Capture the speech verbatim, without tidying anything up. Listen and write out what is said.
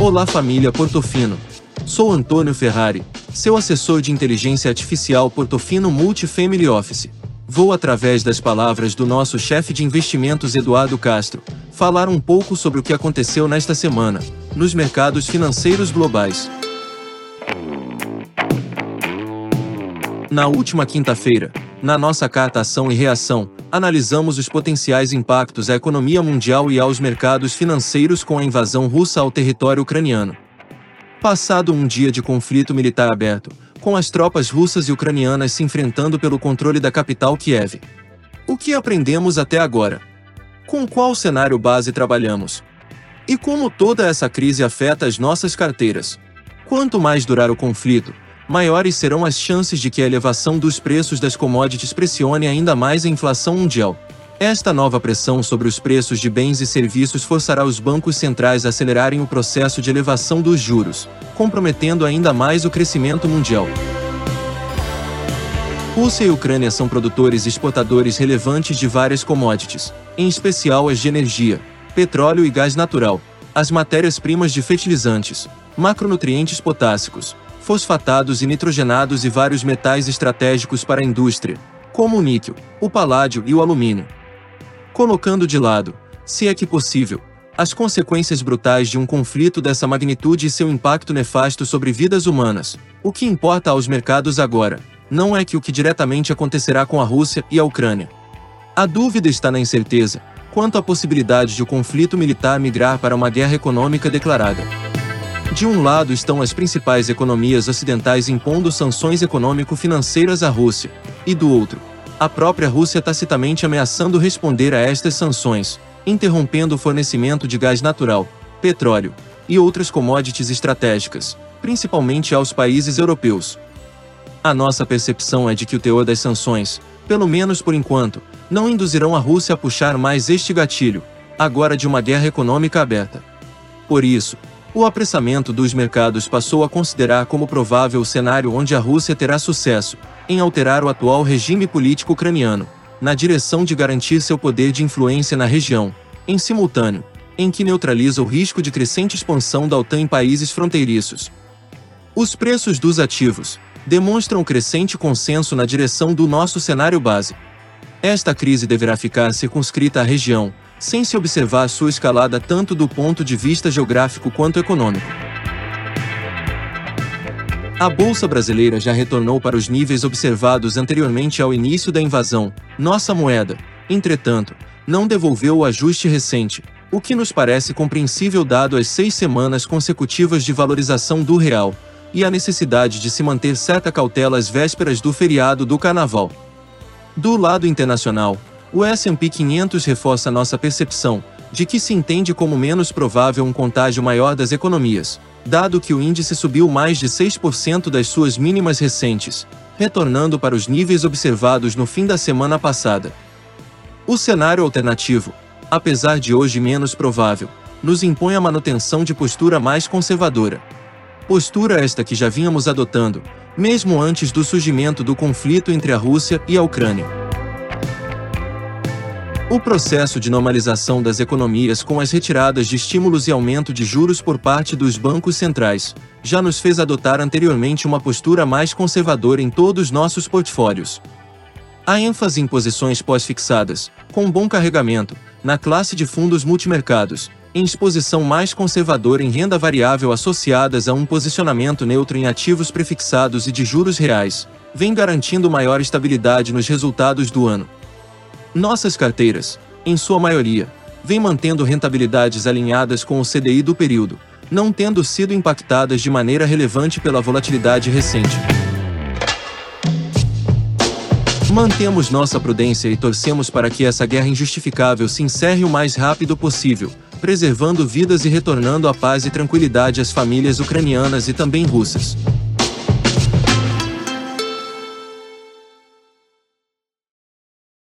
Olá família Portofino. Sou Antônio Ferrari, seu assessor de inteligência artificial Portofino Multifamily Office. Vou, através das palavras do nosso chefe de investimentos Eduardo Castro, falar um pouco sobre o que aconteceu nesta semana, nos mercados financeiros globais. Na última quinta-feira, na nossa carta Ação e Reação, analisamos os potenciais impactos à economia mundial e aos mercados financeiros com a invasão russa ao território ucraniano. Passado um dia de conflito militar aberto, com as tropas russas e ucranianas se enfrentando pelo controle da capital Kiev. O que aprendemos até agora? Com qual cenário base trabalhamos? E como toda essa crise afeta as nossas carteiras? Quanto mais durar o conflito, maiores serão as chances de que a elevação dos preços das commodities pressione ainda mais a inflação mundial. Esta nova pressão sobre os preços de bens e serviços forçará os bancos centrais a acelerarem o processo de elevação dos juros, comprometendo ainda mais o crescimento mundial. Rússia e Ucrânia são produtores e exportadores relevantes de várias commodities, em especial as de energia, petróleo e gás natural, as matérias-primas de fertilizantes, macronutrientes potássicos, fosfatados e nitrogenados e vários metais estratégicos para a indústria, como o níquel, o paládio e o alumínio. Colocando de lado, se é que possível, as consequências brutais de um conflito dessa magnitude e seu impacto nefasto sobre vidas humanas, o que importa aos mercados agora, não é que o que diretamente acontecerá com a Rússia e a Ucrânia. A dúvida está na incerteza, quanto à possibilidade de o conflito militar migrar para uma guerra econômica declarada. De um lado estão as principais economias ocidentais impondo sanções econômico-financeiras à Rússia, e do outro, a própria Rússia tacitamente ameaçando responder a estas sanções, interrompendo o fornecimento de gás natural, petróleo e outras commodities estratégicas, principalmente aos países europeus. A nossa percepção é de que o teor das sanções, pelo menos por enquanto, não induzirão a Rússia a puxar mais este gatilho, agora de uma guerra econômica aberta. Por isso, o apressamento dos mercados passou a considerar como provável o cenário onde a Rússia terá sucesso em alterar o atual regime político ucraniano, na direção de garantir seu poder de influência na região, em simultâneo, em que neutraliza o risco de crescente expansão da OTAN em países fronteiriços. Os preços dos ativos demonstram crescente consenso na direção do nosso cenário base. Esta crise deverá ficar circunscrita à região, sem se observar sua escalada tanto do ponto de vista geográfico quanto econômico. A Bolsa Brasileira já retornou para os níveis observados anteriormente ao início da invasão. Nossa moeda, entretanto, não devolveu o ajuste recente, o que nos parece compreensível dado as seis semanas consecutivas de valorização do real, e a necessidade de se manter certa cautela às vésperas do feriado do Carnaval. Do lado internacional, o S and P quinhentos reforça nossa percepção de que se entende como menos provável um contágio maior das economias, dado que o índice subiu mais de seis por cento das suas mínimas recentes, retornando para os níveis observados no fim da semana passada. O cenário alternativo, apesar de hoje menos provável, nos impõe a manutenção de postura mais conservadora. Postura esta que já vínhamos adotando, mesmo antes do surgimento do conflito entre a Rússia e a Ucrânia. O processo de normalização das economias com as retiradas de estímulos e aumento de juros por parte dos bancos centrais, já nos fez adotar anteriormente uma postura mais conservadora em todos nossos portfólios. A ênfase em posições pós-fixadas, com bom carregamento, na classe de fundos multimercados, em exposição mais conservadora em renda variável associadas a um posicionamento neutro em ativos prefixados e de juros reais, vem garantindo maior estabilidade nos resultados do ano. Nossas carteiras, em sua maioria, vêm mantendo rentabilidades alinhadas com o C D I do período, não tendo sido impactadas de maneira relevante pela volatilidade recente. Mantemos nossa prudência e torcemos para que essa guerra injustificável se encerre o mais rápido possível, preservando vidas e retornando a paz e tranquilidade às famílias ucranianas e também russas.